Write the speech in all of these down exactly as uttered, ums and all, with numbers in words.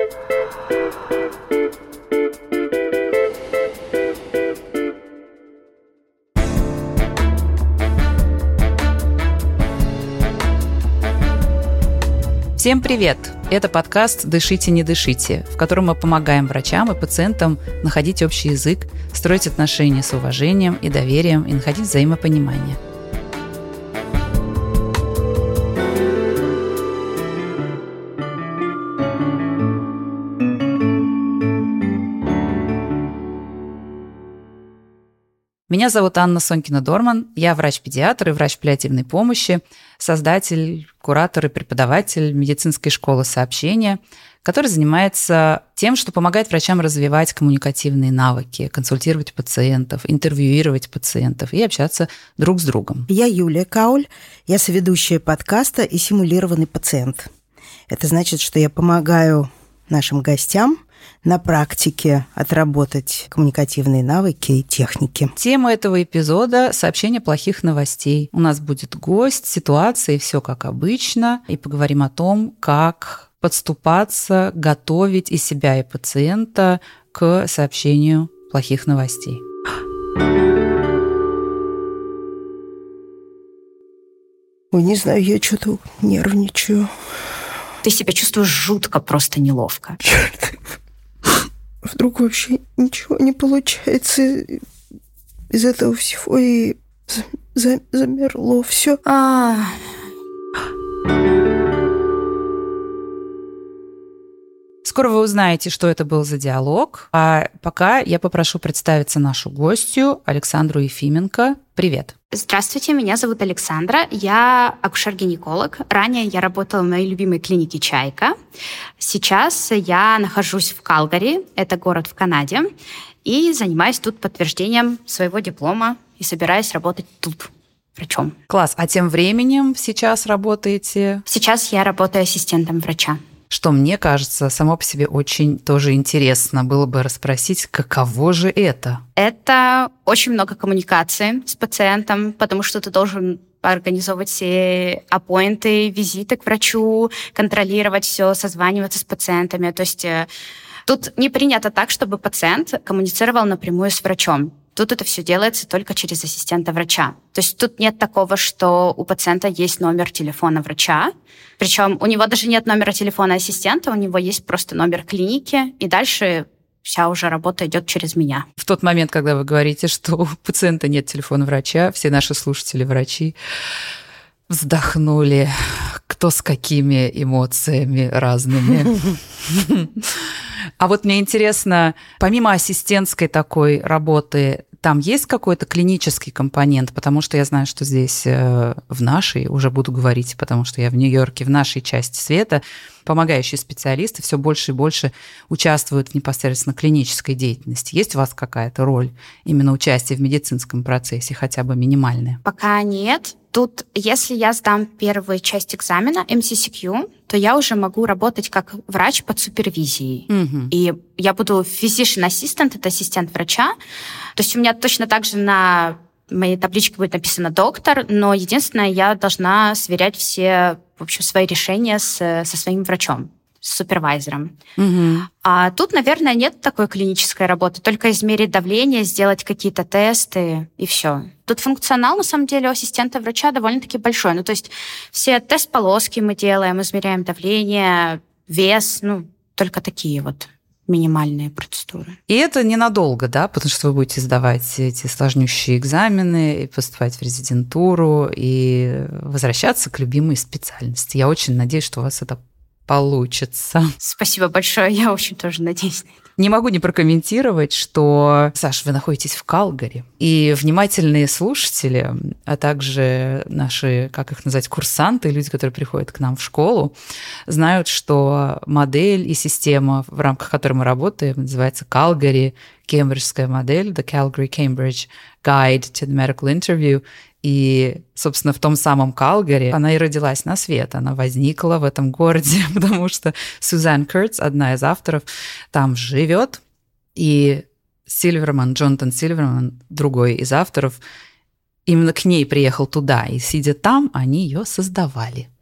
Всем привет! Это подкаст «Дышите, не дышите», в котором мы помогаем врачам и пациентам находить общий язык, строить отношения с уважением и доверием и находить взаимопонимание. Меня зовут Анна Сонькина-Дорман, я врач-педиатр и врач паллиативной помощи, создатель, куратор и преподаватель медицинской школы сообщения, который занимается тем, что помогает врачам развивать коммуникативные навыки, консультировать пациентов, интервьюировать пациентов и общаться друг с другом. Я Юлия Кауль, я соведущая подкаста и симулированный пациент. Это значит, что я помогаю нашим гостям на практике отработать коммуникативные навыки и техники. Тема этого эпизода – сообщение плохих новостей. У нас будет гость, ситуация и все как обычно. И поговорим о том, как подступаться, готовить и себя, и пациента к сообщению плохих новостей. Ой, не знаю, я что-то нервничаю. Ты себя чувствуешь жутко, просто неловко. Черт. Вдруг вообще ничего не получается из этого всего, и за- за- замерло все. А... Скоро вы узнаете, что это был за диалог. А пока я попрошу представиться нашу гостью Александру Ефименко. Привет. Здравствуйте, меня зовут Александра, я акушер-гинеколог. Ранее я работала в моей любимой клинике «Чайка». Сейчас я нахожусь в Калгари, это город в Канаде, и занимаюсь тут подтверждением своего диплома и собираюсь работать тут врачом. Класс. А тем временем сейчас работаете? Сейчас я работаю ассистентом врача. Что мне кажется, само по себе очень тоже интересно было бы расспросить, каково же это? Это очень много коммуникации с пациентом, потому что ты должен организовывать все аппоинты, визиты к врачу, контролировать все, созваниваться с пациентами. То есть тут не принято так, чтобы пациент коммуницировал напрямую с врачом. Тут это все делается только через ассистента врача. То есть тут нет такого, что у пациента есть номер телефона врача. Причем у него даже нет номера телефона ассистента, у него есть просто номер клиники, и дальше вся уже работа идет через меня. В тот момент, когда вы говорите, что у пациента нет телефона врача, все наши слушатели врачи вздохнули, кто с какими эмоциями разными. А вот мне интересно, помимо ассистентской такой работы, там есть какой-то клинический компонент? Потому что я знаю, что здесь в нашей, уже буду говорить, потому что я в Нью-Йорке, в нашей части света, помогающие специалисты все больше и больше участвуют в непосредственно клинической деятельности. Есть у вас какая-то роль именно участия в медицинском процессе, хотя бы минимальная? Пока нет. Тут, если я сдам первую часть экзамена эм си си кью, то я уже могу работать как врач под супервизией. Угу. И я буду physician assistant, это ассистент врача. То есть у меня точно так же на моей табличке будет написано «доктор», но единственное, я должна сверять все, в общем, свои решения с, со своим врачом, с супервайзером. Угу. А тут, наверное, нет такой клинической работы, только измерить давление, сделать какие-то тесты и все. Тут функционал, на самом деле, у ассистента врача довольно-таки большой. Ну, то есть все тест-полоски мы делаем, измеряем давление, вес, ну, только такие вот минимальные процедуры. И это ненадолго, да, потому что вы будете сдавать эти сложнющие экзамены и поступать в резидентуру и возвращаться к любимой специальности. Я очень надеюсь, что у вас это получится. Спасибо большое, я очень тоже надеюсь на это. Не могу не прокомментировать, что, Саш, вы находитесь в Калгари, и внимательные слушатели, а также наши, как их назвать, курсанты, люди, которые приходят к нам в школу, знают, что модель и система, в рамках которой мы работаем, называется Калгари, кембриджская модель, The Calgary Cambridge Guide to the Medical Interview. И, собственно, в том самом Калгари она и родилась на свет. Она возникла в этом городе, потому что Сюзанн Кертс, одна из авторов, там живет. И Сильверман, Джонатан Сильверман, другой из авторов, именно к ней приехал туда. И, сидя там, они ее создавали.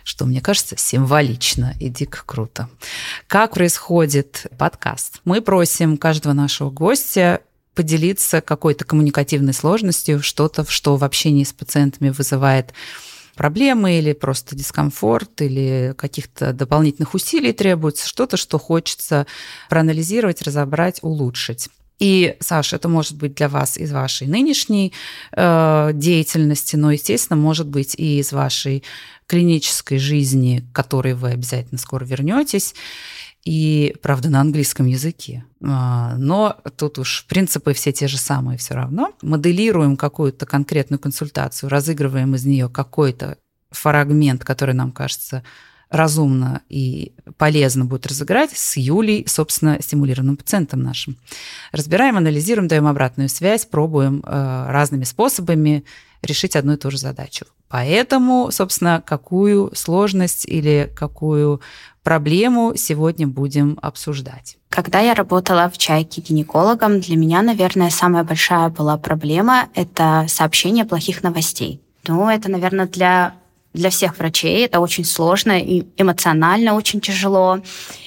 что, мне кажется, символично и дико круто. Как происходит подкаст? Мы просим каждого нашего гостя поделиться какой-то коммуникативной сложностью, что-то, что в общении с пациентами вызывает проблемы или просто дискомфорт, или каких-то дополнительных усилий требуется, что-то, что хочется проанализировать, разобрать, улучшить. И, Саша, это может быть для вас из вашей нынешней э, деятельности, но, естественно, может быть и из вашей клинической жизни, к которой вы обязательно скоро вернетесь. И, правда, на английском языке. Но тут уж принципы все те же самые все равно. Моделируем какую-то конкретную консультацию, разыгрываем из нее какой-то фрагмент, который нам кажется разумно и полезно будет разыграть с Юлей, собственно, стимулированным пациентом нашим. Разбираем, анализируем, даем обратную связь, пробуем разными способами решить одну и ту же задачу. Поэтому, собственно, какую сложность или какую проблему сегодня будем обсуждать? Когда я работала в «Чайке» гинекологом, для меня, наверное, самая большая была проблема – это сообщение плохих новостей. Ну, это, наверное, для, для всех врачей это очень сложно и эмоционально очень тяжело.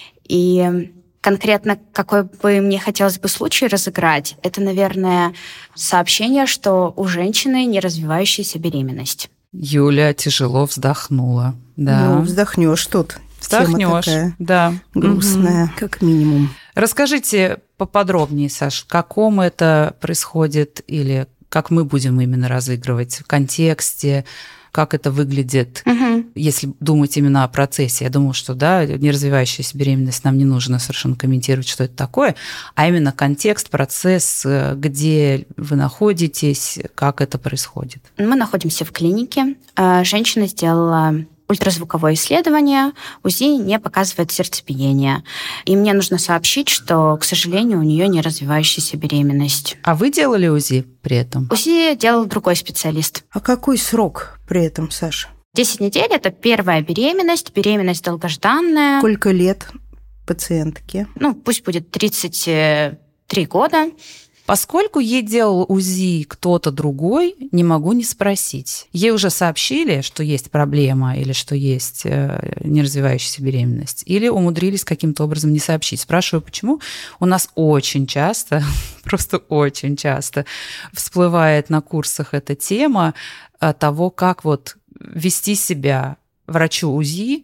И конкретно какой бы мне хотелось бы случай разыграть, это, наверное, сообщение, что у женщины не развивающаяся беременность. Юля тяжело вздохнула. Да. Ну, вздохнешь тут. Вздохнешь, да. Грустная, угу. Как минимум. Расскажите поподробнее, Саш, в каком это происходит или как мы будем именно разыгрывать в контексте, как это выглядит, угу. Если думать именно о процессе. Я думаю, что да, неразвивающаяся беременность, нам не нужно совершенно комментировать, что это такое, а именно контекст, процесс, где вы находитесь, как это происходит. Мы находимся в клинике. Женщина сделала ультразвуковое исследование, УЗИ не показывает сердцебиение. И мне нужно сообщить, что, к сожалению, у нее не развивающаяся беременность. А вы делали УЗИ при этом? УЗИ делал другой специалист. А какой срок при этом, Саша? десять недель – это первая беременность, беременность долгожданная. Сколько лет пациентке? Ну, пусть будет тридцать три года. Поскольку ей делал УЗИ кто-то другой, не могу не спросить. Ей уже сообщили, что есть проблема или что есть неразвивающаяся беременность, или умудрились каким-то образом не сообщить. Спрашиваю, почему? У нас очень часто, просто очень часто всплывает на курсах эта тема того, как вот вести себя врачу УЗИ,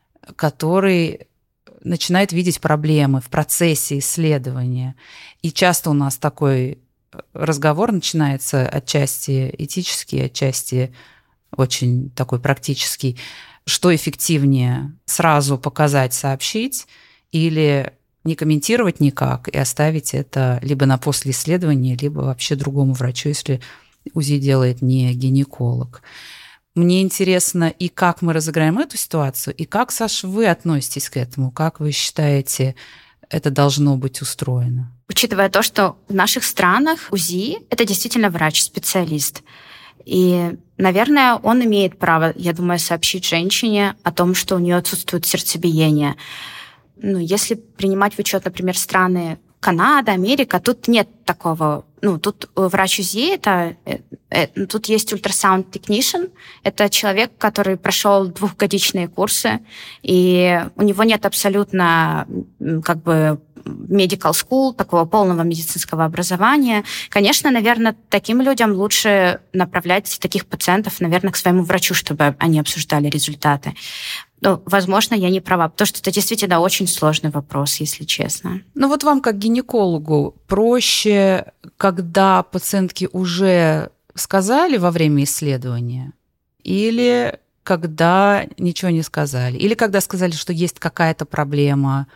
который начинает видеть проблемы в процессе исследования. И часто у нас такой разговор начинается отчасти этический, отчасти очень такой практический. Что эффективнее, сразу показать, сообщить или не комментировать никак и оставить это либо на после исследования, либо вообще другому врачу, если УЗИ делает не гинеколог. Мне интересно, и как мы разыграем эту ситуацию, и как, Саша, вы относитесь к этому? Как вы считаете, это должно быть устроено? Учитывая то, что в наших странах УЗИ – это действительно врач-специалист. И, наверное, он имеет право, я думаю, сообщить женщине о том, что у нее отсутствует сердцебиение. Ну, если принимать в учет, например, страны Канада, Америка, тут нет такого. Ну, тут врач УЗИ, это, это, тут есть ультрасаунд технишн, это человек, который прошел двухгодичные курсы, и у него нет абсолютно как бы medical school, такого полного медицинского образования. Конечно, наверное, таким людям лучше направлять таких пациентов, наверное, к своему врачу, чтобы они обсуждали результаты. Ну, возможно, я не права, потому что это действительно очень сложный вопрос, если честно. Ну вот вам, как гинекологу, проще, когда пациентки уже сказали во время исследования, или когда ничего не сказали, или когда сказали, что есть какая-то проблема,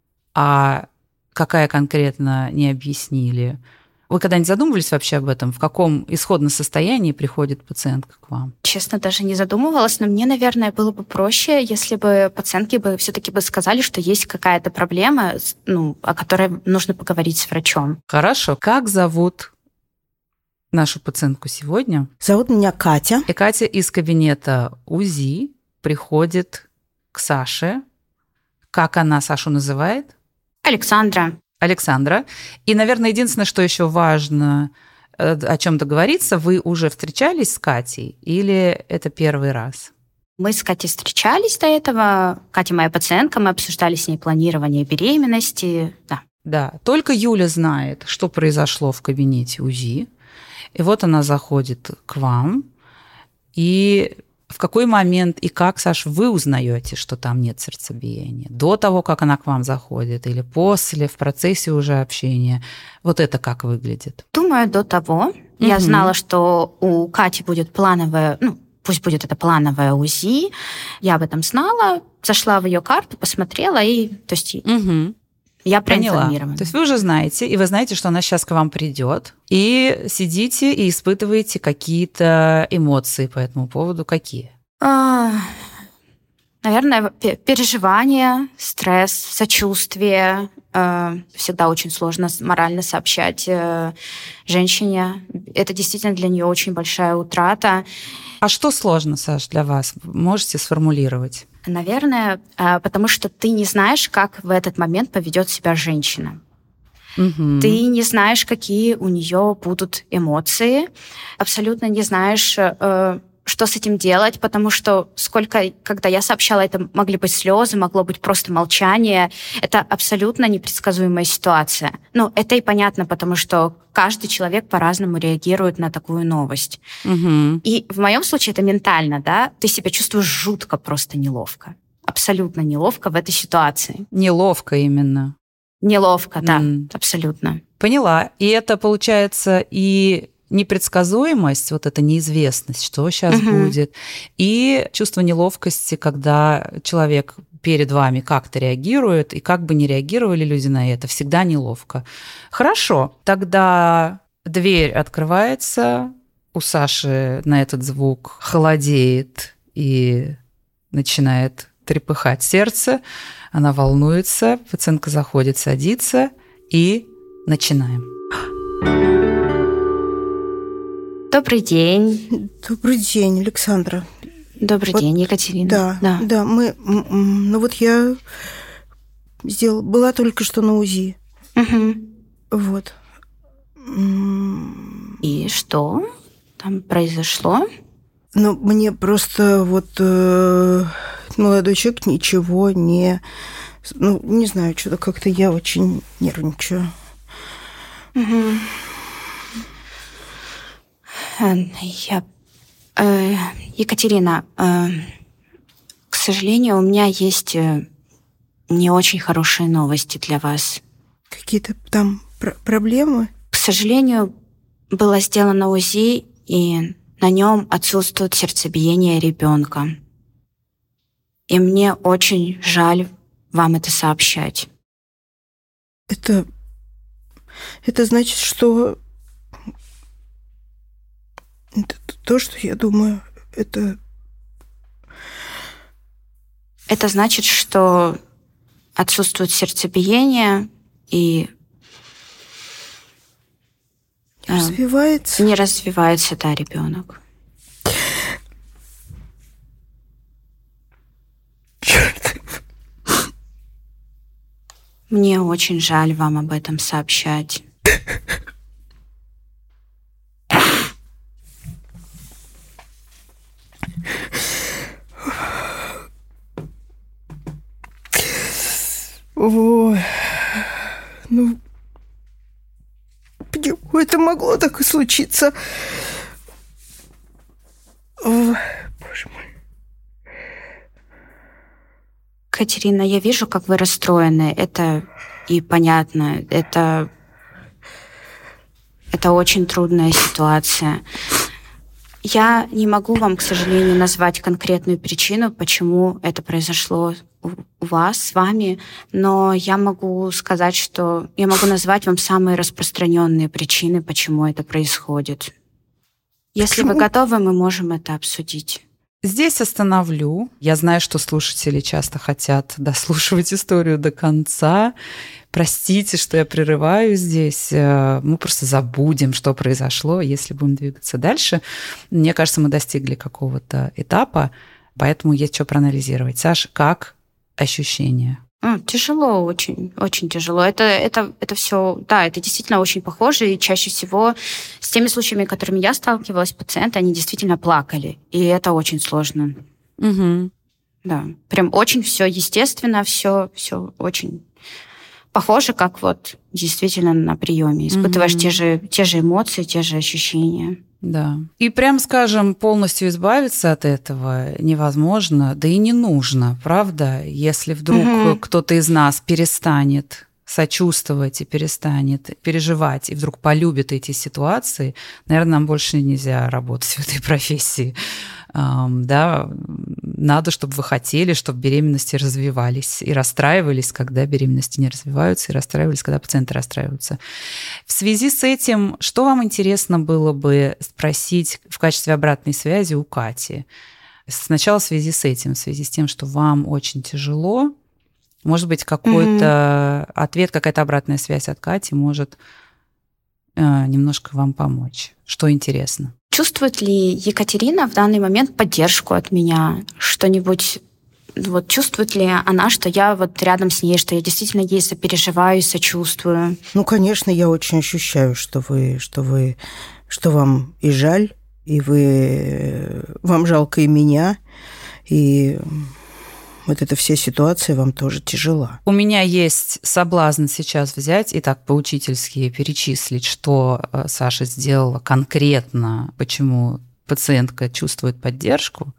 а какая конкретно не объяснили? Вы когда-нибудь задумывались вообще об этом? В каком исходном состоянии приходит пациентка к вам? Честно, даже не задумывалась, но мне, наверное, было бы проще, если бы пациентки бы все-таки бы сказали, что есть какая-то проблема, ну, о которой нужно поговорить с врачом. Хорошо. Как зовут нашу пациентку сегодня? Зовут меня Катя. И Катя из кабинета УЗИ приходит к Саше. Как она Сашу называет? Александра. Александра. И, наверное, единственное, что еще важно о чем договориться, вы уже встречались с Катей или это первый раз? Мы с Катей встречались до этого. Катя моя пациентка, мы обсуждали с ней планирование беременности. Да. Да, только Юля знает, что произошло в кабинете УЗИ. И вот она заходит к вам. И в какой момент и как, Саш, вы узнаете, что там нет сердцебиения? До того, как она к вам заходит, или после, в процессе уже общения? Вот это как выглядит? Думаю, до того. Угу. Я знала, что у Кати будет плановое, ну, пусть будет это плановое УЗИ. Я об этом знала, зашла в ее карту, посмотрела, и то есть угу. я проинформирована. То есть вы уже знаете, и вы знаете, что она сейчас к вам придет, и сидите и испытываете какие-то эмоции по этому поводу. Какие? А, наверное, переживания, стресс, сочувствие. Всегда очень сложно морально сообщать женщине. Это действительно для нее очень большая утрата. А что сложно, Саш, для вас? Можете сформулировать? Наверное, потому что ты не знаешь, как в этот момент поведет себя женщина. Угу. Ты не знаешь, какие у нее будут эмоции. Абсолютно не знаешь, что с этим делать, потому что сколько, когда я сообщала, это могли быть слезы, могло быть просто молчание. Это абсолютно непредсказуемая ситуация. Ну, это и понятно, потому что каждый человек по-разному реагирует на такую новость. Угу. И в моем случае это ментально, да, ты себя чувствуешь жутко просто неловко. Абсолютно неловко в этой ситуации. Неловко именно. Неловко, да, mm. абсолютно. Поняла. И это получается и непредсказуемость, вот эта неизвестность, что сейчас uh-huh. будет, и чувство неловкости, когда человек перед вами как-то реагирует, и как бы ни реагировали люди на это, всегда неловко. Хорошо, тогда дверь открывается, у Саши на этот звук холодеет и начинает трепыхать сердце, она волнуется, пациентка заходит, садится, и начинаем. Добрый день. Добрый день, Александра. Добрый вот, день, Екатерина. Да, да, да, мы... Ну вот я сделала... Была только что на УЗИ. Угу. Вот. И что там произошло? Ну, мне просто вот э, молодой человек ничего не... Ну, не знаю, что-то как-то я очень нервничаю. Угу. Я... Э, Екатерина, э, к сожалению, у меня есть не очень хорошие новости для вас. Какие-то там пр- проблемы? К сожалению, было сделано УЗИ, и на нем отсутствует сердцебиение ребенка. И мне очень жаль вам это сообщать. Это... Это значит, что... Это то, что я думаю, это... Это значит, что отсутствует сердцебиение и... Не развивается? Не развивается, да, ребенок. Черт. Мне очень жаль вам об этом сообщать. Ой, ну, почему это могло так и случиться? Ой, боже мой. Катерина, я вижу, как вы расстроены. Это и понятно. Это, это очень трудная ситуация. Я не могу вам, к сожалению, назвать конкретную причину, почему это произошло у вас, с вами, но я могу сказать, что я могу назвать вам самые распространенные причины, почему это происходит. Если почему? Вы готовы, мы можем это обсудить. Здесь остановлю. Я знаю, что слушатели часто хотят дослушивать историю до конца. Простите, что я прерываю здесь. Мы просто забудем, что произошло, если будем двигаться дальше. Мне кажется, мы достигли какого-то этапа, поэтому есть что проанализировать. Саш, как ощущения? А, тяжело, очень, очень тяжело. Это, это, это все, да, это действительно очень похоже, и чаще всего с теми случаями, с которыми я сталкивалась, пациенты, они действительно плакали, и это очень сложно. Угу. Да, прям очень все естественно, все, все очень похоже, как вот действительно на приеме. Испытываешь угу. те же, те же эмоции, те же ощущения. Да. И прям скажем, полностью избавиться от этого невозможно, да и не нужно, правда? Если вдруг угу. кто-то из нас перестанет сочувствовать и перестанет переживать, и вдруг полюбит эти ситуации, наверное, нам больше нельзя работать в этой профессии. Да, надо, чтобы вы хотели, чтобы беременности развивались и расстраивались, когда беременности не развиваются, и расстраивались, когда пациенты расстраиваются. В связи с этим, что вам интересно было бы спросить в качестве обратной связи у Кати? Сначала в связи с этим, в связи с тем, что вам очень тяжело, может быть, какой-то mm-hmm. ответ, какая-то обратная связь от Кати может э, немножко вам помочь. Что интересно? Чувствует ли Екатерина в данный момент поддержку от меня? Что-нибудь, вот чувствует ли она, что я вот рядом с ней, что я действительно ей сопереживаю, сочувствую? Ну, конечно, я очень ощущаю, что вы, что вы, что вам и жаль, и вы, вам жалко и меня, и вот эта вся ситуация вам тоже тяжела. У меня есть соблазн сейчас взять и так по-учительски перечислить, что Саша сделала конкретно, почему пациентка чувствует поддержку.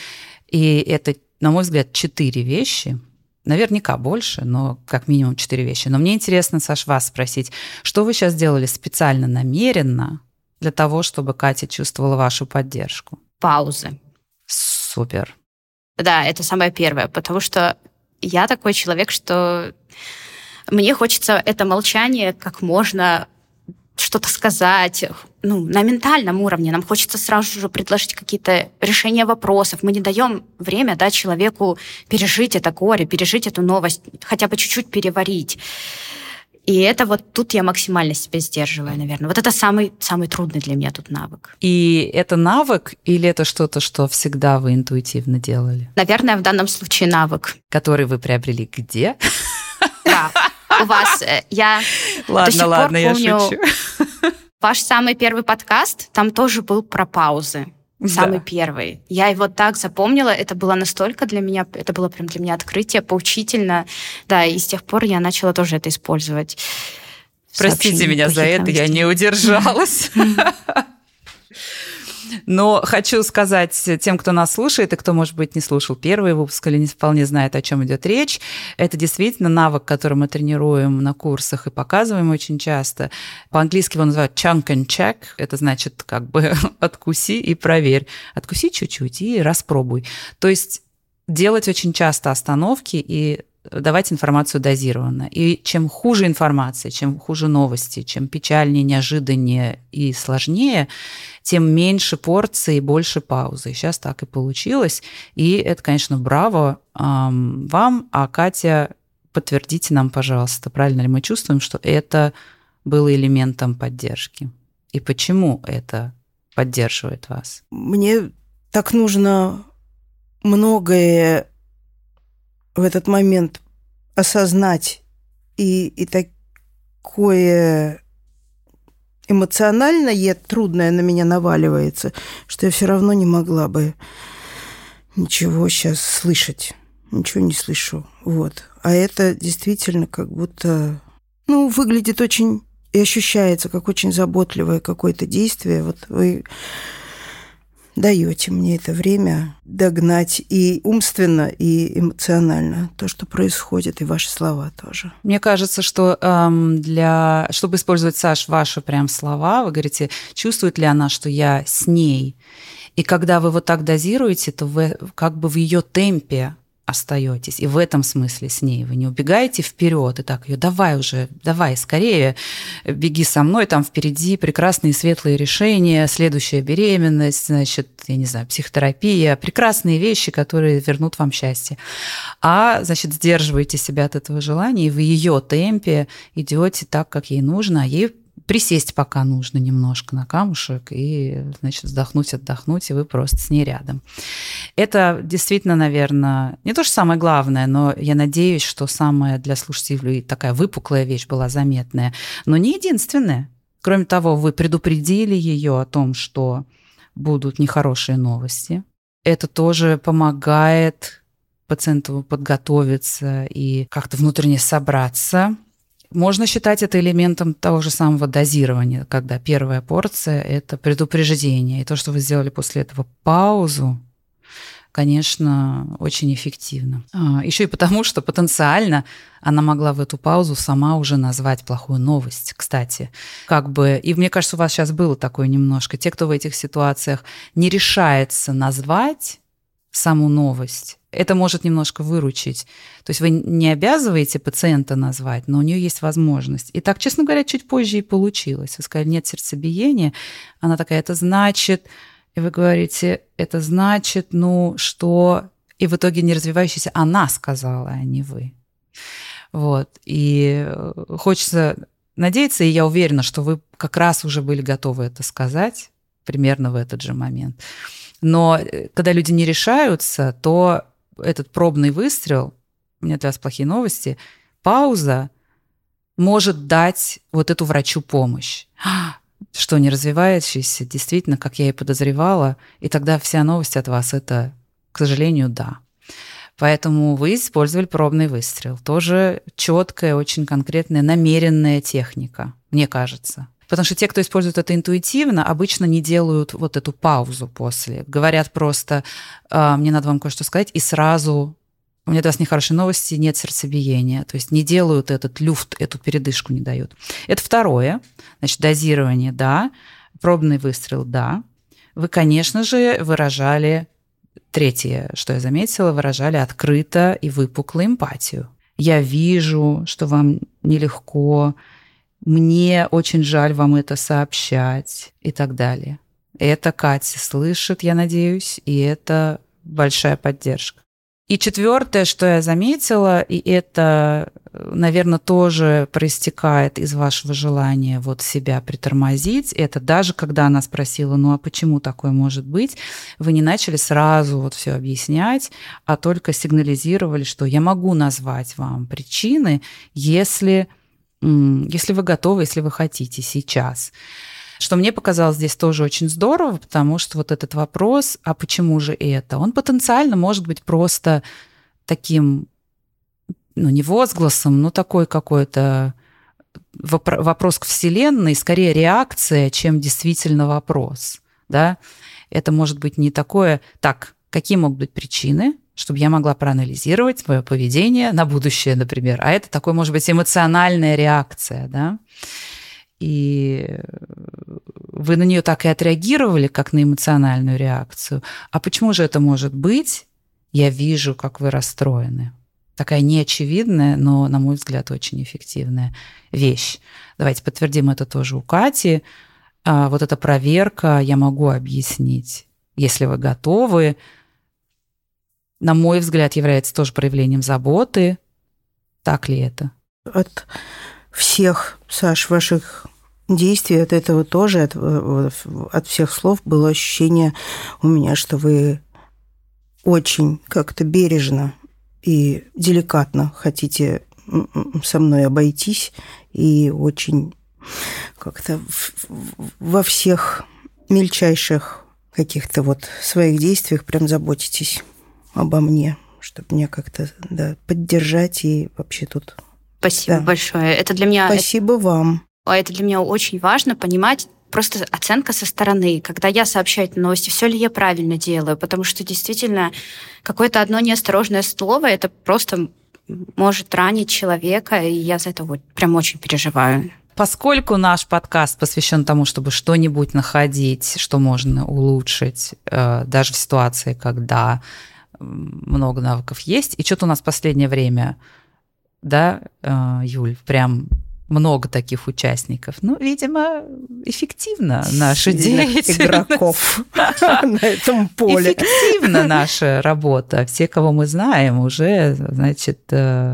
И это, на мой взгляд, четыре вещи. Наверняка больше, но как минимум четыре вещи. Но мне интересно, Саш, вас спросить, что вы сейчас делали специально, намеренно для того, чтобы Катя чувствовала вашу поддержку? Паузы. Супер. Да, это самое первое, потому что я такой человек, что мне хочется это молчание как можно что-то сказать, ну, на ментальном уровне. Нам хочется сразу же предложить какие-то решения вопросов. Мы не даем время, да, человеку пережить это горе, пережить эту новость, хотя бы чуть-чуть переварить. И это вот тут я максимально себя сдерживаю, наверное. Вот это самый, самый трудный для меня тут навык. И это навык или это что-то, что всегда вы интуитивно делали? Наверное, в данном случае навык. Который вы приобрели где? Да, у вас. Я ладно, до сих ладно, пор помню, я шучу. Ваш самый первый подкаст, там тоже был про паузы. Самый да. первый. Я его так запомнила, это было настолько для меня, это было прям для меня открытие, поучительно. Да, и с тех пор я начала тоже это использовать. Простите меня за это, я не удержалась. Но хочу сказать тем, кто нас слушает, и кто, может быть, не слушал первый выпуск или не вполне знает, о чем идет речь, это действительно навык, который мы тренируем на курсах и показываем очень часто. По-английски его называют chunk and check. Это значит как бы откуси и проверь. Откуси чуть-чуть и распробуй. То есть делать очень часто остановки и давать информацию дозированно. И чем хуже информация, чем хуже новости, чем печальнее, неожиданнее и сложнее, тем меньше порций и больше паузы. И сейчас так и получилось. И это, конечно, браво эм, вам. А Катя, подтвердите нам, пожалуйста, правильно ли мы чувствуем, что это было элементом поддержки? И почему это поддерживает вас? Мне так нужно многое в этот момент осознать, и, и такое эмоциональное, трудное на меня наваливается, что я все равно не могла бы ничего сейчас слышать. Ничего не слышу. Вот. А это действительно как будто, ну, выглядит очень и ощущается как очень заботливое какое-то действие. Вот вы даете мне это время догнать и умственно, и эмоционально то, что происходит, и ваши слова тоже. Мне кажется, что эм, для, чтобы использовать, Саш, ваши прям слова, вы говорите, чувствует ли она, что я с ней? И когда вы вот так дозируете, то вы как бы в ее темпе остаетесь. И в этом смысле с ней. Вы не убегаете вперед и так ее, давай уже, давай скорее, беги со мной, там впереди прекрасные светлые решения, следующая беременность, значит, я не знаю, психотерапия, прекрасные вещи, которые вернут вам счастье. А, значит, сдерживаете себя от этого желания, и в ее темпе идете так, как ей нужно, а ей присесть пока нужно немножко на камушек и, значит, вздохнуть, отдохнуть, и вы просто с ней рядом. Это действительно, наверное, не то, что самое главное, но я надеюсь, что самая для слушателей такая выпуклая вещь была заметная, но не единственная. Кроме того, вы предупредили ее о том, что будут нехорошие новости. это тоже помогает пациенту подготовиться и как-то внутренне собраться. Можно считать это элементом того же самого дозирования, когда первая порция – это предупреждение. И то, что вы сделали после этого паузу, конечно, очень эффективно. А, еще и потому, что потенциально она могла в эту паузу сама уже назвать плохую новость, кстати. Как бы, и мне кажется, у вас сейчас было такое немножко. Те, кто в этих ситуациях не решается назвать саму новость, это может немножко выручить. То есть вы не обязываете пациента назвать, но у нее есть возможность. И так, честно говоря, чуть позже и получилось. Вы сказали, нет сердцебиения. Она такая, это значит... И вы говорите, это значит, ну, что... И в итоге не развивающаяся она сказала, а не вы. Вот. И хочется надеяться, и я уверена, что вы как раз уже были готовы это сказать примерно в этот же момент. Но когда люди не решаются, то этот пробный выстрел, у меня для вас плохие новости, пауза может дать вот эту врачу помощь. Что не развивающийся, действительно, как я и подозревала, и тогда вся новость от вас – это, к сожалению, да. Поэтому вы использовали пробный выстрел. Тоже четкая, очень конкретная, намеренная техника, мне кажется. Потому что те, кто использует это интуитивно, обычно не делают вот эту паузу после. Говорят просто «мне надо вам кое-что сказать», и сразу «у меня для вас нехорошие новости, нет сердцебиения». То есть не делают этот люфт, эту передышку не дают. Это второе. Значит, дозирование – да. Пробный выстрел – да. Вы, конечно же, выражали, третье, что я заметила, выражали открыто и выпукло эмпатию. Я вижу, что вам нелегко, мне очень жаль вам это сообщать и так далее. Это Катя слышит, я надеюсь, и это большая поддержка. И четвертое, что я заметила, и это, наверное, тоже проистекает из вашего желания вот себя притормозить, это даже когда она спросила, ну а почему такое может быть, вы не начали сразу вот все объяснять, а только сигнализировали, что я могу назвать вам причины, если, если вы готовы, если вы хотите сейчас. Что мне показалось здесь тоже очень здорово, потому что вот этот вопрос, а почему же это, он потенциально может быть просто таким, ну, не возгласом, но такой какой-то вопрос к Вселенной, скорее реакция, чем действительно вопрос. Да? Это может быть не такое, так, какие могут быть причины, чтобы я могла проанализировать свое поведение на будущее, например, а это такой, может быть, эмоциональная реакция, да. И вы на нее так и отреагировали, как на эмоциональную реакцию. А почему же это может быть? Я вижу, как вы расстроены. Такая неочевидная, но, на мой взгляд, очень эффективная вещь. Давайте подтвердим это тоже у Кати. Вот эта проверка я могу объяснить. Если вы готовы, на мой взгляд, является тоже проявлением заботы. Так ли это? От всех, Саш, ваших действий, от этого тоже, от, от всех слов было ощущение у меня, что вы очень как-то бережно и деликатно хотите со мной обойтись и очень как-то во всех мельчайших каких-то вот своих действиях прям заботитесь обо мне, чтобы меня как-то, да, поддержать и вообще тут... Спасибо да. большое. Это для меня... Спасибо вам. Это для меня очень важно понимать, просто оценка со стороны, когда я сообщаю эти новости, все ли я правильно делаю, потому что действительно какое-то одно неосторожное слово, это просто может ранить человека, и я за это вот прям очень переживаю. Поскольку наш подкаст посвящен тому, чтобы что-нибудь находить, что можно улучшить, даже в ситуации, когда много навыков есть, и что-то у нас в последнее время, да, Юль, прям много таких участников. Ну, видимо, эффективно наша деятельность. Игроков на этом поле. Эффективна наша работа. Все, кого мы знаем, уже, значит,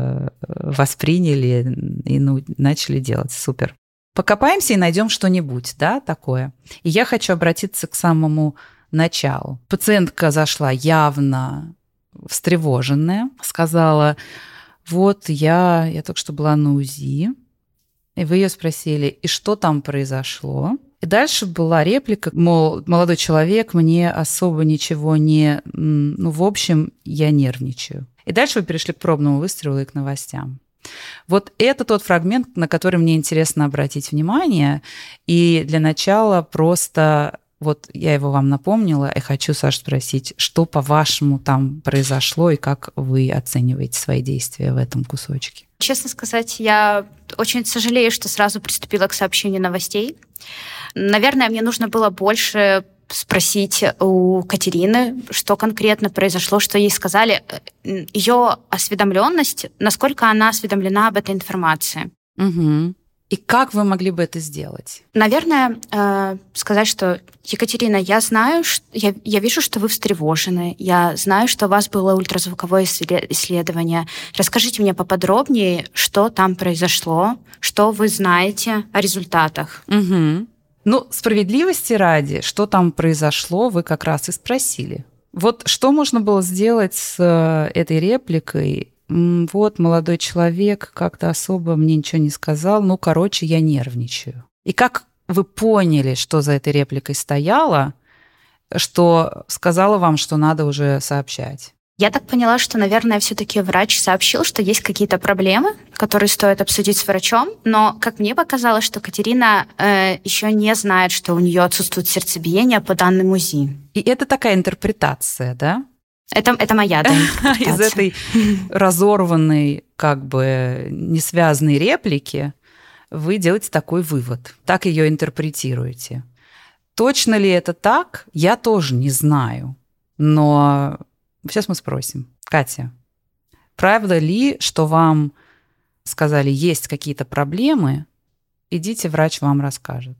восприняли и начали делать. Супер. Покопаемся и найдем что-нибудь, да, такое. И я хочу обратиться к самому началу. Пациентка зашла явно встревоженная, сказала, вот я, я только что была на УЗИ, и вы ее спросили, и что там произошло? И дальше была реплика, мол, молодой человек, мне особо ничего не... Ну, в общем, я нервничаю. И дальше вы перешли к пробному выстрелу и к новостям. Вот это тот фрагмент, на который мне интересно обратить внимание. И для начала просто... Вот я его вам напомнила, и хочу, Саша, спросить, что, по-вашему, там произошло, и как вы оцениваете свои действия в этом кусочке? Честно сказать, я очень сожалею, что сразу приступила к сообщению новостей. Наверное, мне нужно было больше спросить у Катерины, что конкретно произошло, что ей сказали. Ее осведомленность, насколько она осведомлена об этой информации. Угу. И как вы могли бы это сделать? Наверное, э, сказать, что Екатерина, я знаю, что, я, я вижу, что вы встревожены, я знаю, что у вас было ультразвуковое исследование. Расскажите мне поподробнее, что там произошло, что вы знаете о результатах. Угу. Ну, справедливости ради, что там произошло, вы как раз и спросили. Вот что можно было сделать с этой репликой? Вот, молодой человек как-то особо мне ничего не сказал. Ну, короче, я нервничаю. И как вы поняли, что за этой репликой стояло, что сказала вам, что надо уже сообщать? Я так поняла, что, наверное, все-таки врач сообщил, что есть какие-то проблемы, которые стоит обсудить с врачом, но, как мне показалось, что Катерина э, еще не знает, что у нее отсутствует сердцебиение по данным УЗИ. И это такая интерпретация, да? Это, это моя, да, интерпретация. Из этой разорванной, как бы, несвязанной реплики вы делаете такой вывод. Так ее интерпретируете. Точно ли это так, я тоже не знаю. Но сейчас мы спросим. Катя, правда ли, что вам сказали, есть какие-то проблемы, идите, врач вам расскажет?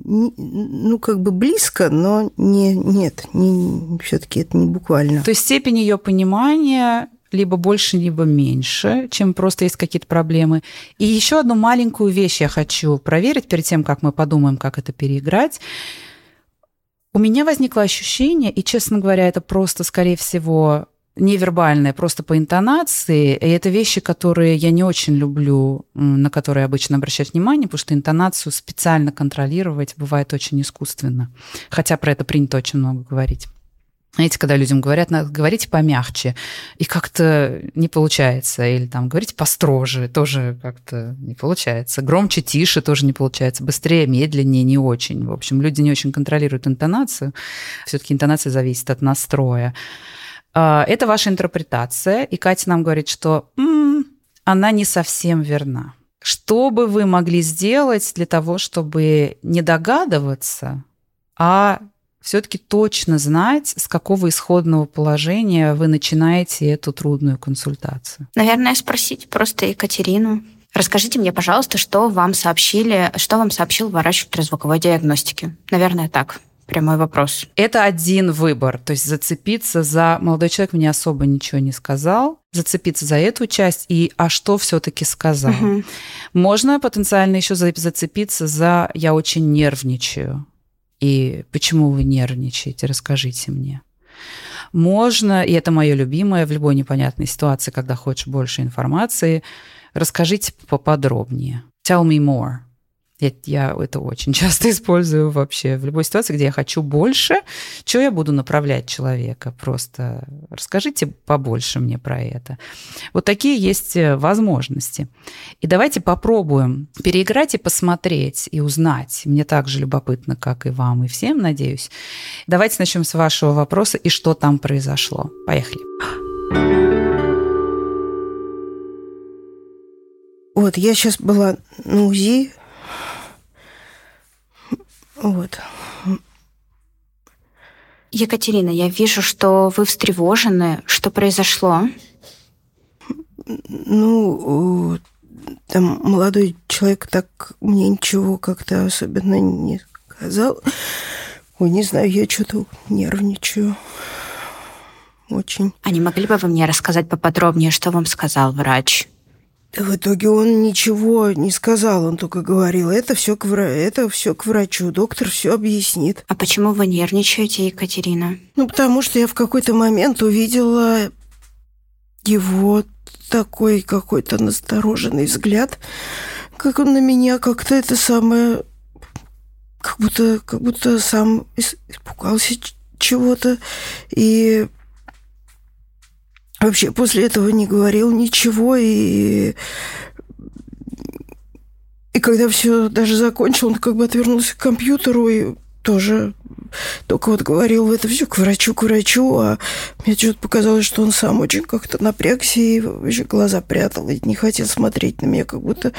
Ну, как бы близко, но не, нет, не, все-таки это не буквально. То есть степень ее понимания либо больше, либо меньше, чем просто есть какие-то проблемы. И еще одну маленькую вещь я хочу проверить перед тем, как мы подумаем, как это переиграть. У меня возникло ощущение, и, честно говоря, это просто, скорее всего, невербальное, просто по интонации. И это вещи, которые я не очень люблю, на которые обычно обращать внимание, потому что интонацию специально контролировать бывает очень искусственно. Хотя про это принято очень много говорить. Знаете, когда людям говорят, говорите помягче, и как-то не получается. Или там говорите построже, тоже как-то не получается. Громче, тише тоже не получается. Быстрее, медленнее, не очень. В общем, люди не очень контролируют интонацию. Все-таки интонация зависит от настроя. Это ваша интерпретация, и Катя нам говорит, что м-м, она не совсем верна. Что бы вы могли сделать для того, чтобы не догадываться, а все-таки точно знать, с какого исходного положения вы начинаете эту трудную консультацию? Наверное, спросить просто Екатерину. Расскажите мне, пожалуйста, что вам сообщили, что вам сообщил врач ультразвуковой диагностики. Наверное, так. Прямой вопрос. Это один выбор. То есть зацепиться за... Молодой человек мне особо ничего не сказал. Зацепиться за эту часть и а что все-таки сказал. Угу. Можно потенциально еще зацепиться за «я очень нервничаю». И почему вы нервничаете? Расскажите мне. Можно, и это мое любимое в любой непонятной ситуации, когда хочешь больше информации, расскажите поподробнее. Tell me more. Я, я это очень часто использую вообще в любой ситуации, где я хочу больше. Что я буду направлять человека? Просто расскажите побольше мне про это. Вот такие есть возможности. И давайте попробуем переиграть и посмотреть, и узнать. Мне так же любопытно, как и вам, и всем, надеюсь. Давайте начнем с вашего вопроса, и что там произошло. Поехали. Вот, я сейчас была на УЗИ. Вот. Екатерина, я вижу, что вы встревожены. Что произошло? Ну, там молодой человек так мне ничего как-то особенно не сказал. Ой, не знаю, я что-то нервничаю. Очень. А не могли бы вы мне рассказать поподробнее, что вам сказал врач? Да в итоге он ничего не сказал, он только говорил, это все к, вра... это все к врачу, доктор все объяснит. А почему вы нервничаете, Екатерина? Ну, потому что я в какой-то момент увидела его такой какой-то настороженный взгляд, как он на меня как-то это самое как будто, как будто сам испугался чего-то. И вообще после этого не говорил ничего. И, и когда все даже закончил, он как бы отвернулся к компьютеру и тоже только вот говорил это все к врачу, к врачу, а мне что-то показалось, что он сам очень как-то напрягся и вообще глаза прятал, и не хотел смотреть на меня, как будто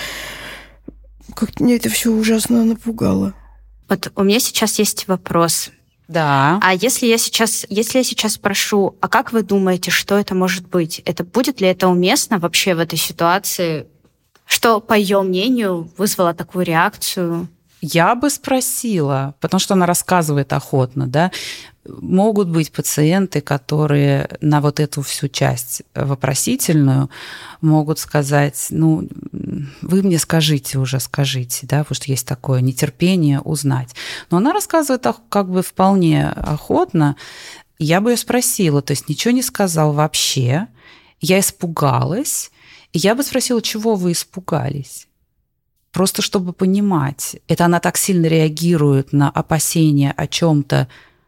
как-то мне это все ужасно напугало. Вот у меня сейчас есть вопрос. Да. А если я сейчас, если я сейчас спрошу, а как вы думаете, что это может быть? Это будет ли это уместно вообще в этой ситуации? Что, по ее мнению, вызвало такую реакцию? Я бы спросила, потому что она рассказывает охотно, да, могут быть пациенты, которые на вот эту всю часть вопросительную могут сказать, ну, вы мне скажите уже, скажите, да, потому что есть такое нетерпение узнать. Но она рассказывает как бы вполне охотно. Я бы ее спросила, то есть ничего не сказал вообще, я испугалась, и я бы спросила, чего вы испугались? Просто чтобы понимать, это она так сильно реагирует на опасения о чем-то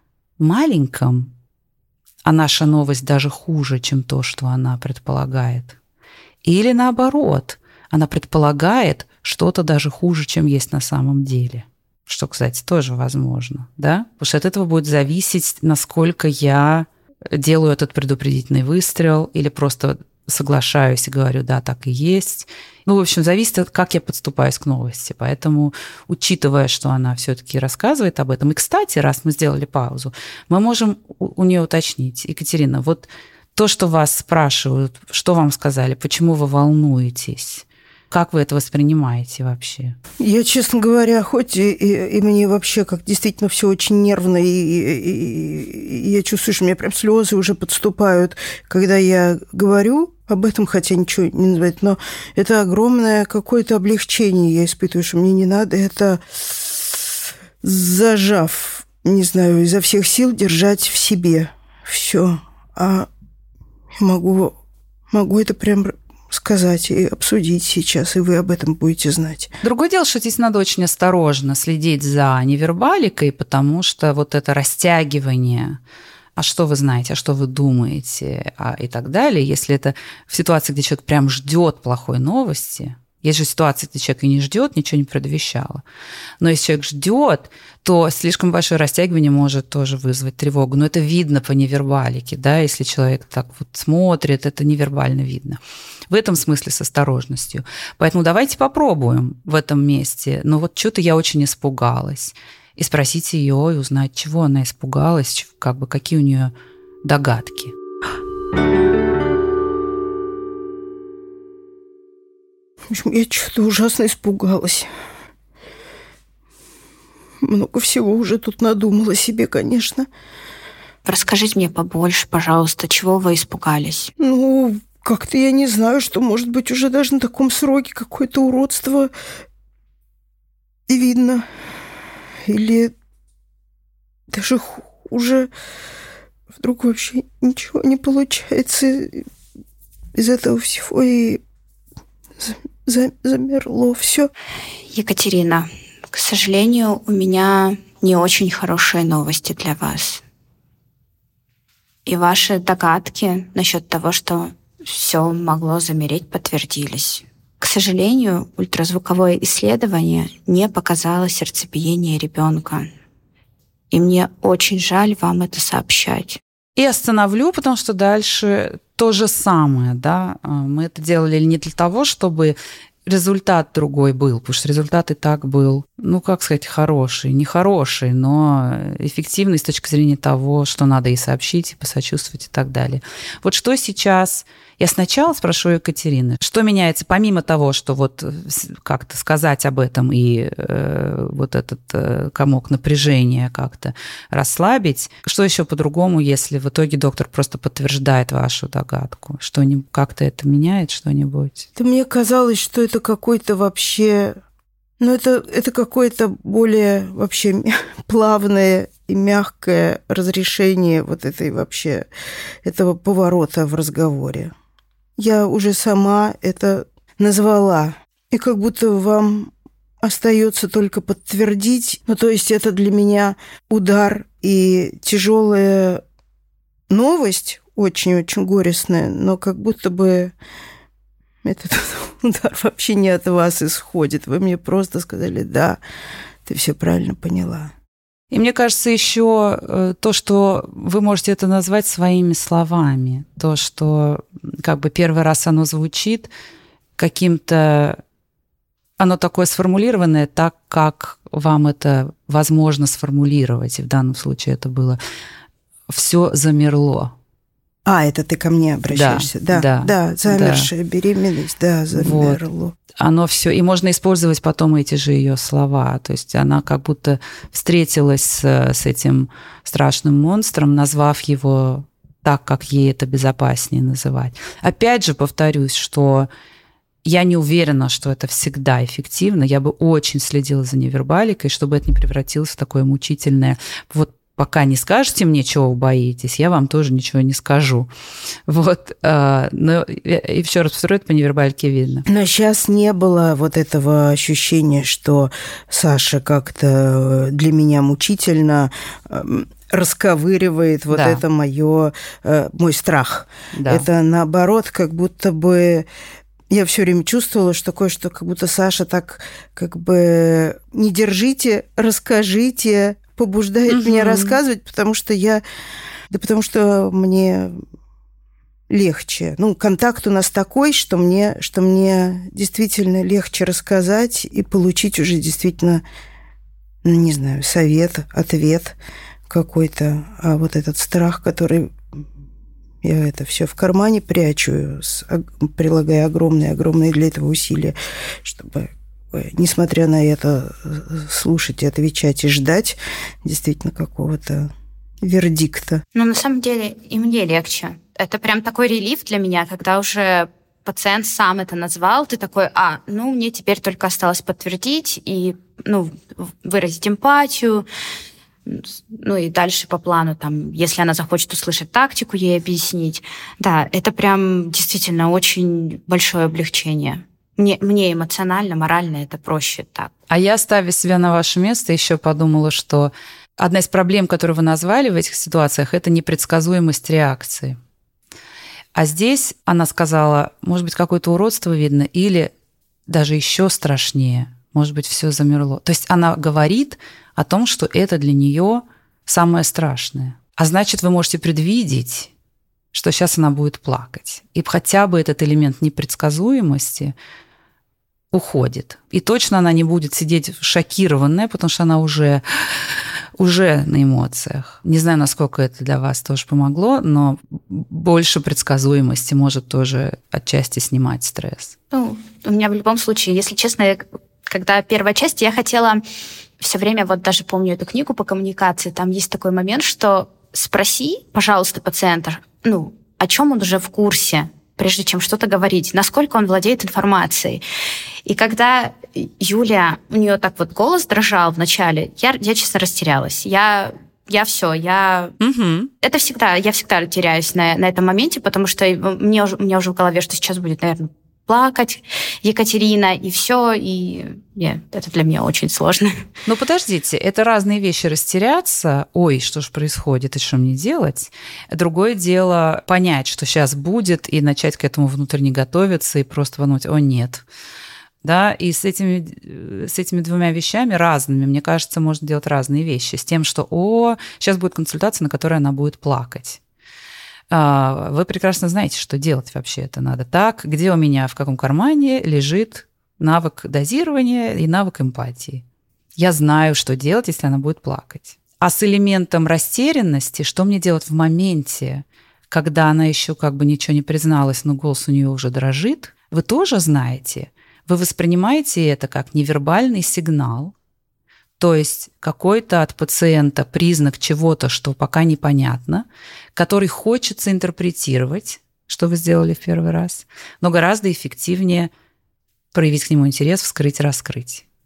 маленьком, а наша новость даже хуже, чем то, что она предполагает. Или наоборот, она предполагает что-то даже хуже, чем есть на самом деле. Что, кстати, тоже возможно, да? Потому что от этого будет зависеть, насколько я делаю этот предупредительный выстрел или просто соглашаюсь и говорю, да, так и есть. Ну, в общем, зависит от, как я подступаюсь к новости. Поэтому, учитывая, что она все-таки рассказывает об этом, и, кстати, раз мы сделали паузу, мы можем у нее уточнить. Екатерина, вот то, что вас спрашивают, что вам сказали, почему вы волнуетесь, как вы это воспринимаете вообще? Я, честно говоря, хоть и, и, и мне вообще как действительно все очень нервно, и, и, и, и я чувствую, что у меня прям слезы уже подступают, когда я говорю об этом, хотя ничего не называть, но это огромное какое-то облегчение я испытываю, что мне не надо это, зажав, не знаю, изо всех сил держать в себе все, а я могу, могу это прям сказать и обсудить сейчас, и вы об этом будете знать. Другое дело, что здесь надо очень осторожно следить за невербаликой, потому что вот это растягивание, а что вы знаете, а что вы думаете, а и так далее, если это в ситуации, где человек прям ждет плохой новости, есть же ситуации, где человек и не ждет, ничего не предвещало. Но если человек ждет, то слишком большое растягивание может тоже вызвать тревогу. Но это видно по невербалике, да, если человек так вот смотрит, это невербально видно. В этом смысле с осторожностью. Поэтому давайте попробуем в этом месте. Но вот что-то я очень испугалась. И спросите ее, и узнать, чего она испугалась, как бы, какие у нее догадки. В общем, я что-то ужасно испугалась. Много всего уже тут надумала себе, конечно. Расскажите мне побольше, пожалуйста, чего вы испугались? Ну, как-то я не знаю, что, может быть, уже даже на таком сроке какое-то уродство видно. Или даже хуже. Вдруг вообще ничего не получается из этого всего, и замерло все. Екатерина, к сожалению, у меня не очень хорошие новости для вас. И ваши догадки насчет того, что все могло замереть, подтвердились. К сожалению, ультразвуковое исследование не показало сердцебиение ребенка. И мне очень жаль вам это сообщать. И остановлю, потому что дальше то же самое, да. Мы это делали не для того, чтобы результат другой был, потому что результат и так был, ну, как сказать, хороший, не хороший, но эффективный с точки зрения того, что надо и сообщить, и посочувствовать, и так далее. Вот что сейчас... Я сначала спрошу Екатерины, что меняется, помимо того, что вот как-то сказать об этом и э, вот этот э, комок напряжения как-то расслабить, что еще по-другому, если в итоге доктор просто подтверждает вашу догадку? Что как-то это меняет что-нибудь? Да мне казалось, что это какой-то вообще... Ну, это, это какое-то более вообще плавное и мягкое разрешение вот этой вообще, этого поворота в разговоре. Я уже сама это назвала. И как будто вам остается только подтвердить. Ну, то есть это для меня удар и тяжелая новость, очень-очень горестная, но как будто бы этот удар вообще не от вас исходит. Вы мне просто сказали: да, ты все правильно поняла. И мне кажется, еще то, что вы можете это назвать своими словами, то, что как бы первый раз оно звучит каким-то, оно такое сформулированное так, как вам это возможно сформулировать. И в данном случае это было «все замерло». А, это ты ко мне обращаешься? Да, да, да, да, замершая да. беременность, да, замерло. Вот. Оно все, и можно использовать потом эти же ее слова. То есть она как будто встретилась с, с этим страшным монстром, назвав его так, как ей это безопаснее называть. Опять же, повторюсь, что я не уверена, что это всегда эффективно. Я бы очень следила за невербаликой, чтобы это не превратилось в такое мучительное вот. Пока не скажете мне, чего вы боитесь, я вам тоже ничего не скажу. Вот. Но и еще раз повторю, это по невербалике видно. Но сейчас не было вот этого ощущения, что Саша как-то для меня мучительно расковыривает вот да. это моё, мой страх. Да. Это наоборот, как будто бы я все время чувствовала, что кое-что, как будто Саша так как бы не держите, расскажите, побуждает угу. меня рассказывать, потому что я... Да потому что мне легче. Ну, контакт у нас такой, что мне, что мне действительно легче рассказать и получить уже действительно, ну, не знаю, совет, ответ какой-то. А вот этот страх, который... Я это все в кармане прячу, прилагая огромные-огромные для этого усилия, чтобы... несмотря на это, слушать и отвечать и ждать действительно какого-то вердикта. Ну, на самом деле, и мне легче. Это прям такой релиф для меня, когда уже пациент сам это назвал, ты такой: а, ну, мне теперь только осталось подтвердить и, ну, выразить эмпатию, ну, и дальше по плану, там, если она захочет услышать тактику, ей объяснить. Да, это прям действительно очень большое облегчение. Мне, мне эмоционально, морально это проще так. А я, ставя себя на ваше место, еще подумала, что одна из проблем, которую вы назвали в этих ситуациях, это непредсказуемость реакции. А здесь она сказала, может быть, какое-то уродство видно, или даже еще страшнее, может быть, все замерло. То есть она говорит о том, что это для нее самое страшное. А значит, вы можете предвидеть, что сейчас она будет плакать. И хотя бы этот элемент непредсказуемости уходит. И точно она не будет сидеть шокированная, потому что она уже, уже на эмоциях. Не знаю, насколько это для вас тоже помогло, но больше предсказуемости может тоже отчасти снимать стресс. Ну, у меня в любом случае, если честно, когда первая часть, я хотела все время, вот даже помню эту книгу по коммуникации, там есть такой момент, что спроси, пожалуйста, пациента, ну, о чем он уже в курсе, прежде чем что-то говорить, насколько он владеет информацией. И когда Юля, у нее так вот голос дрожал вначале, я, я честно растерялась. Я, я все, я... Угу. Это всегда, я всегда теряюсь на, на этом моменте, потому что мне уже, у меня уже в голове, что сейчас будет, наверное, плакать Екатерина, и все, и нет, это для меня очень сложно. Ну, подождите, это разные вещи. Растеряться, ой, что же происходит, и что мне делать? Другое дело понять, что сейчас будет, и начать к этому внутренне готовиться, и просто подумать, о, нет. Да, и с этими, с этими двумя вещами разными, мне кажется, можно делать разные вещи. С тем, что, о, сейчас будет консультация, на которой она будет плакать. Вы прекрасно знаете, что делать вообще это надо. Так, где у меня, в каком кармане лежит навык дозирования и навык эмпатии. Я знаю, что делать, если она будет плакать. А с элементом растерянности, что мне делать в моменте, когда она еще как бы ничего не призналась, но голос у нее уже дрожит, вы тоже знаете. Вы воспринимаете это как невербальный сигнал, то есть какой-то от пациента признак чего-то, что пока непонятно, который хочется интерпретировать, что вы сделали в первый раз, но гораздо эффективнее проявить к нему интерес, вскрыть, раскрыть.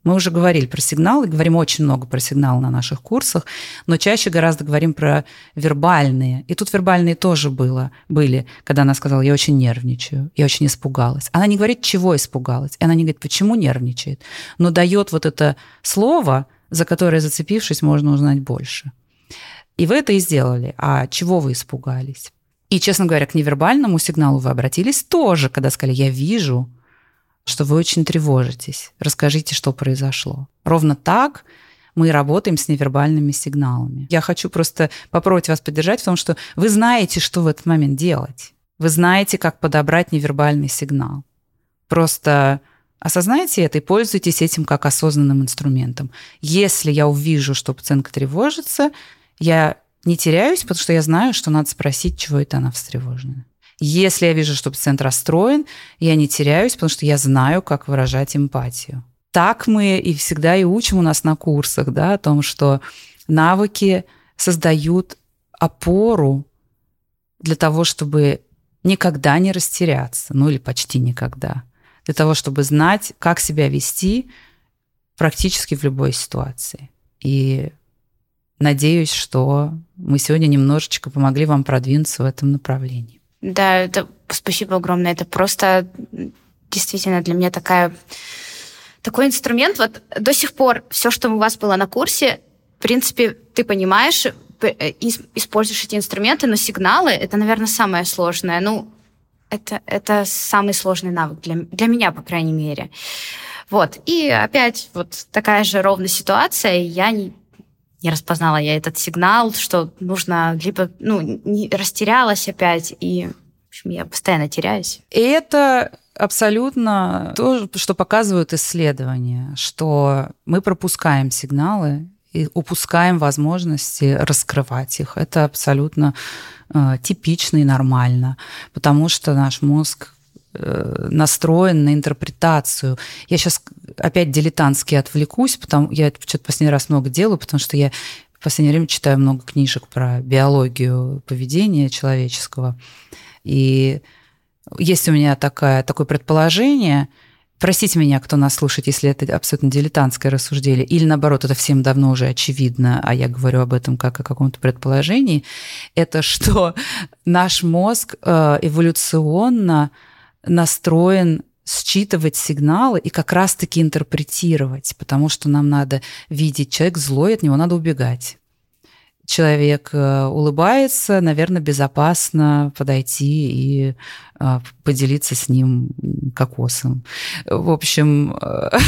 Мы уже говорили про сигналы, говорим очень много про сигналы на наших курсах, но чаще гораздо говорим про вербальные. И тут вербальные тоже было, были, когда она сказала, я очень нервничаю, я очень испугалась. Она не говорит, чего испугалась, она не говорит, почему нервничает, но дает вот это слово, за которое, зацепившись, можно узнать больше. И вы это и сделали. А чего вы испугались? И, честно говоря, к невербальному сигналу вы обратились тоже, когда сказали, я вижу, что вы очень тревожитесь. Расскажите, что произошло. Ровно так мы работаем с невербальными сигналами. Я хочу просто попробовать вас поддержать в том, что вы знаете, что в этот момент делать. Вы знаете, как подобрать невербальный сигнал. Просто осознайте это и пользуйтесь этим как осознанным инструментом. Если я увижу, что пациентка тревожится, я не теряюсь, потому что я знаю, что надо спросить, чего это она встревожена. Если я вижу, что пациент расстроен, я не теряюсь, потому что я знаю, как выражать эмпатию. Так мы и всегда и учим у нас на курсах, да, о том, что навыки создают опору для того, чтобы никогда не растеряться, ну или почти никогда, для того, чтобы знать, как себя вести практически в любой ситуации. И надеюсь, что мы сегодня немножечко помогли вам продвинуться в этом направлении. Да, это, спасибо огромное. Это просто действительно для меня такая, такой инструмент. Вот до сих пор все, что у вас было на курсе, в принципе, ты понимаешь, используешь эти инструменты, но сигналы — это, наверное, самое сложное. Ну, это, это самый сложный навык для, для меня, по крайней мере. Вот. И опять вот такая же ровная ситуация. Я не... Не распознала я этот сигнал, что нужно либо, ну, не растерялась опять, и, в общем, я постоянно теряюсь. И это абсолютно то, что показывают исследования, что мы пропускаем сигналы и упускаем возможности раскрывать их. Это абсолютно э, типично и нормально, потому что наш мозг настроен на интерпретацию. Я сейчас опять дилетантски отвлекусь, потому я это что-то в последний раз много делаю, потому что я в последнее время читаю много книжек про биологию поведения человеческого. И есть у меня такое, такое предположение, простите меня, кто нас слушает, если это абсолютно дилетантское рассуждение, или наоборот, это всем давно уже очевидно, а я говорю об этом как о каком-то предположении, это что наш мозг эволюционно настроен считывать сигналы и как раз-таки интерпретировать, потому что нам надо видеть, человек злой, от него надо убегать. Человек улыбается, наверное, безопасно подойти и поделиться с ним кокосом. В общем,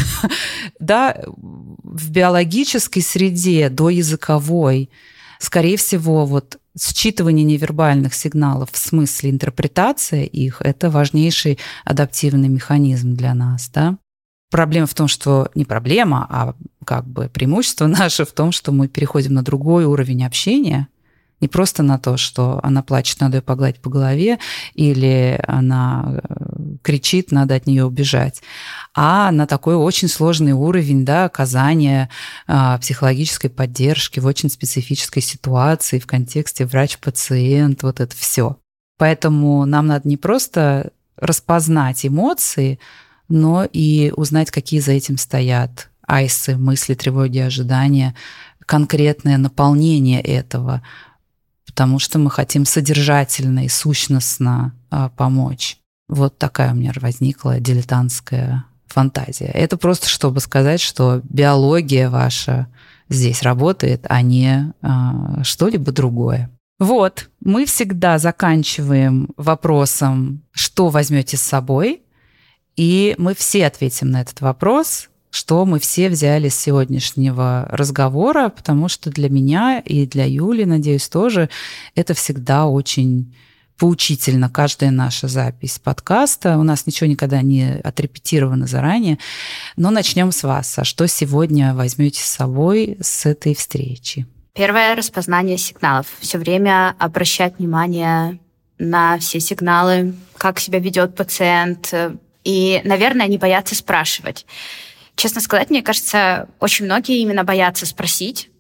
да, в биологической среде, доязыковой, скорее всего, вот считывание невербальных сигналов в смысле интерпретация их – это важнейший адаптивный механизм для нас. Да? Проблема в том, что не проблема, а как бы преимущество наше в том, что мы переходим на другой уровень общения, не просто на то, что она плачет, надо ее погладить по голове, или она кричит, надо от нее убежать, а на такой очень сложный уровень, да, оказания а, психологической поддержки в очень специфической ситуации, в контексте врач-пациент, вот это все. Поэтому нам надо не просто распознать эмоции, но и узнать, какие за этим стоят айсы, мысли, тревоги, ожидания, конкретное наполнение этого, потому что мы хотим содержательно и сущностно а, помочь. Вот такая у меня возникла дилетантская фантазия. Это просто чтобы сказать, что биология ваша здесь работает, а не а, что-либо другое. Вот, мы всегда заканчиваем вопросом, что возьмете с собой, и мы все ответим на этот вопрос, что мы все взяли с сегодняшнего разговора, потому что для меня и для Юли, надеюсь, тоже это всегда очень поучительно, каждая наша запись подкаста. У нас ничего никогда не отрепетировано заранее, но начнем с вас. А что сегодня возьмете с собой с этой встречи? Первое — распознание сигналов. Все время обращать внимание на все сигналы, как себя ведет пациент, и, наверное, не бояться спрашивать. Честно сказать, мне кажется, очень многие именно боятся спросить.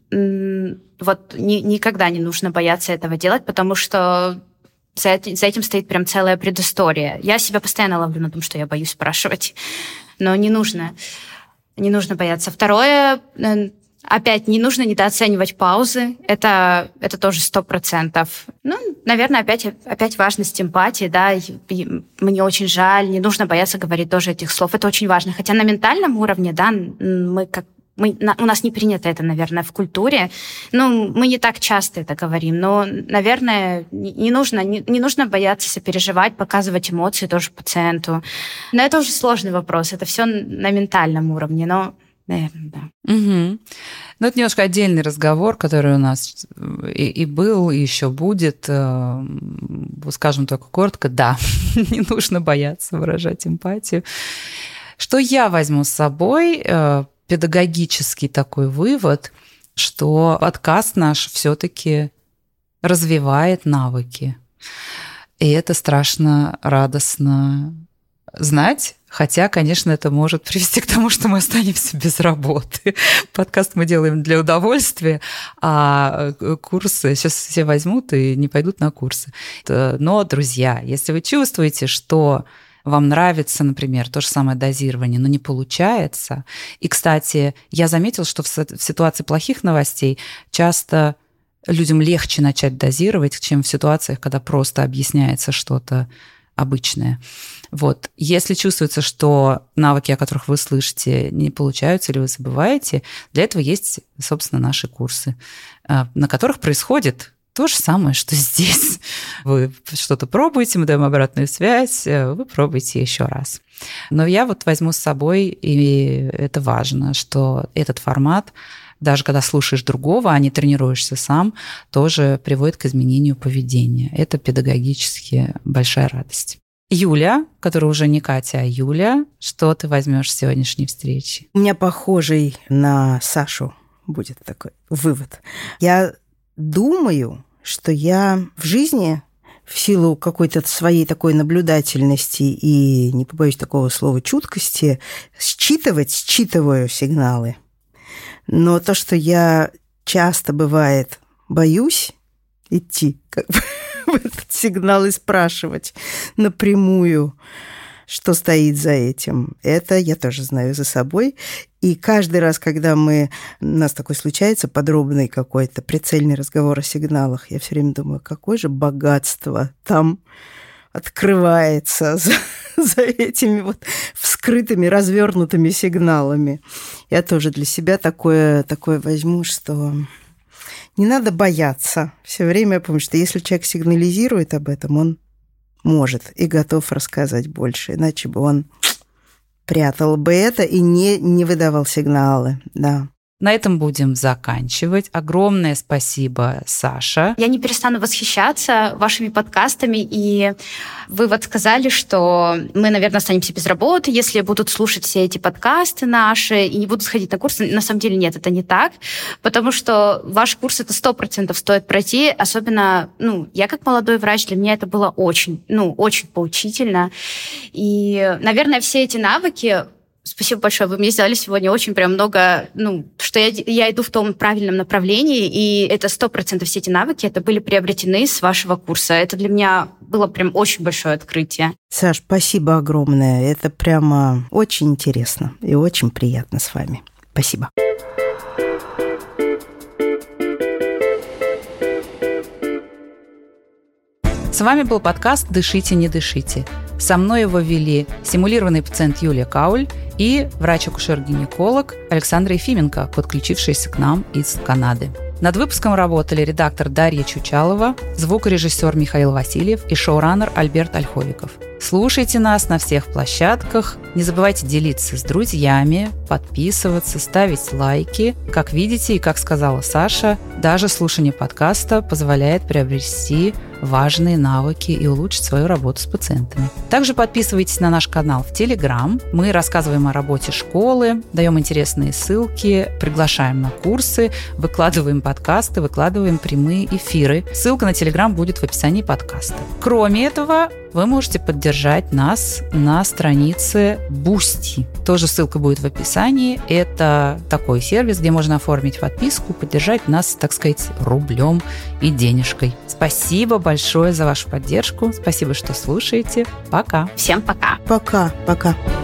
Вот ни, никогда не нужно бояться этого делать, потому что за, это, за этим стоит прям целая предыстория. Я себя постоянно ловлю на том, что я боюсь спрашивать, но не нужно. Не нужно бояться. Второе, опять, не нужно недооценивать паузы. Это, это тоже сто процентов. Ну, наверное, опять, опять важность эмпатии, да. Мне очень жаль, не нужно бояться говорить тоже этих слов. Это очень важно. Хотя на ментальном уровне, да, мы как Мы, на, у нас не принято это, наверное, в культуре. Ну, мы не так часто это говорим. Но, наверное, не, не, нужно, не, не нужно бояться сопереживать, показывать эмоции тоже пациенту. Но это уже сложный вопрос. Это все на ментальном уровне. Но, наверное, да. Угу. Ну, это немножко отдельный разговор, который у нас и, и был, и еще будет. Скажем только коротко, да, не нужно бояться выражать эмпатию. Что я возьму с собой? Педагогический такой вывод, что подкаст наш все-таки развивает навыки. И это страшно радостно знать, хотя, конечно, это может привести к тому, что мы останемся без работы. Подкаст мы делаем для удовольствия, а курсы сейчас все возьмут и не пойдут на курсы. Но, друзья, если вы чувствуете, что вам нравится, например, то же самое дозирование, но не получается. И, кстати, я заметила, что в ситуации плохих новостей часто людям легче начать дозировать, чем в ситуациях, когда просто объясняется что-то обычное. Вот. Если чувствуется, что навыки, о которых вы слышите, не получаются или вы забываете, для этого есть, собственно, наши курсы, на которых происходит то же самое, что здесь. Вы что-то пробуете, мы даем обратную связь, вы пробуете еще раз. Но я вот возьму с собой, и это важно, что этот формат, даже когда слушаешь другого, а не тренируешься сам, тоже приводит к изменению поведения. Это педагогически большая радость. Юля, которая уже не Катя, а Юля, что ты возьмешь с сегодняшней встречи? У меня похожий на Сашу будет такой вывод. Я думаю, что я в жизни в силу какой-то своей такой наблюдательности и, не побоюсь такого слова, чуткости, считывать, считываю сигналы. Но то, что я часто, бывает, боюсь идти как бы в этот сигнал и спрашивать напрямую, что стоит за этим. Это я тоже знаю за собой. И каждый раз, когда мы, у нас такой случается подробный какой-то прицельный разговор о сигналах, я все время думаю, какое же богатство там открывается за, за этими вот вскрытыми, развернутыми сигналами. Я тоже для себя такое, такое возьму, что не надо бояться. Все время я помню, что если человек сигнализирует об этом, он может и готов рассказать больше, иначе бы он прятал бы это и не, не выдавал сигналы, да. На этом будем заканчивать. Огромное спасибо, Саша. Я не перестану восхищаться вашими подкастами, и вы вот сказали, что мы, наверное, останемся без работы, если будут слушать все эти подкасты наши и не будут ходить на курсы. На самом деле нет, это не так, потому что ваш курс это сто процентов стоит пройти, особенно, ну, я как молодой врач, для меня это было очень, ну, очень поучительно. И, наверное, все эти навыки. Спасибо большое. Вы мне сделали сегодня очень прям много, ну, что я, я иду в том правильном направлении, и это сто процентов все эти навыки, это были приобретены с вашего курса. Это для меня было прям очень большое открытие. Саш, спасибо огромное. Это прямо очень интересно и очень приятно с вами. Спасибо. С вами был подкаст «Дышите, не дышите». Со мной его вели симулированный пациент Юлия Кауль и врач-акушер-гинеколог Александра Ефименко, подключившаяся к нам из Канады. Над выпуском работали редактор Дарья Чучалова, звукорежиссер Михаил Васильев и шоураннер Альберт Ольховиков. Слушайте нас на всех площадках. Не забывайте делиться с друзьями, подписываться, ставить лайки. Как видите и как сказала Саша, даже слушание подкаста позволяет приобрести важные навыки и улучшить свою работу с пациентами. Также подписывайтесь на наш канал в Telegram. Мы рассказываем о работе школы, даем интересные ссылки, приглашаем на курсы, выкладываем подкасты, выкладываем прямые эфиры. Ссылка на Telegram будет в описании подкаста. Кроме этого, вы можете поддержать нас на странице Boosty. Тоже ссылка будет в описании. Это такой сервис, где можно оформить подписку, поддержать нас, так сказать, рублем и денежкой. Спасибо большое за вашу поддержку. Спасибо, что слушаете. Пока. Всем пока. Пока. Пока.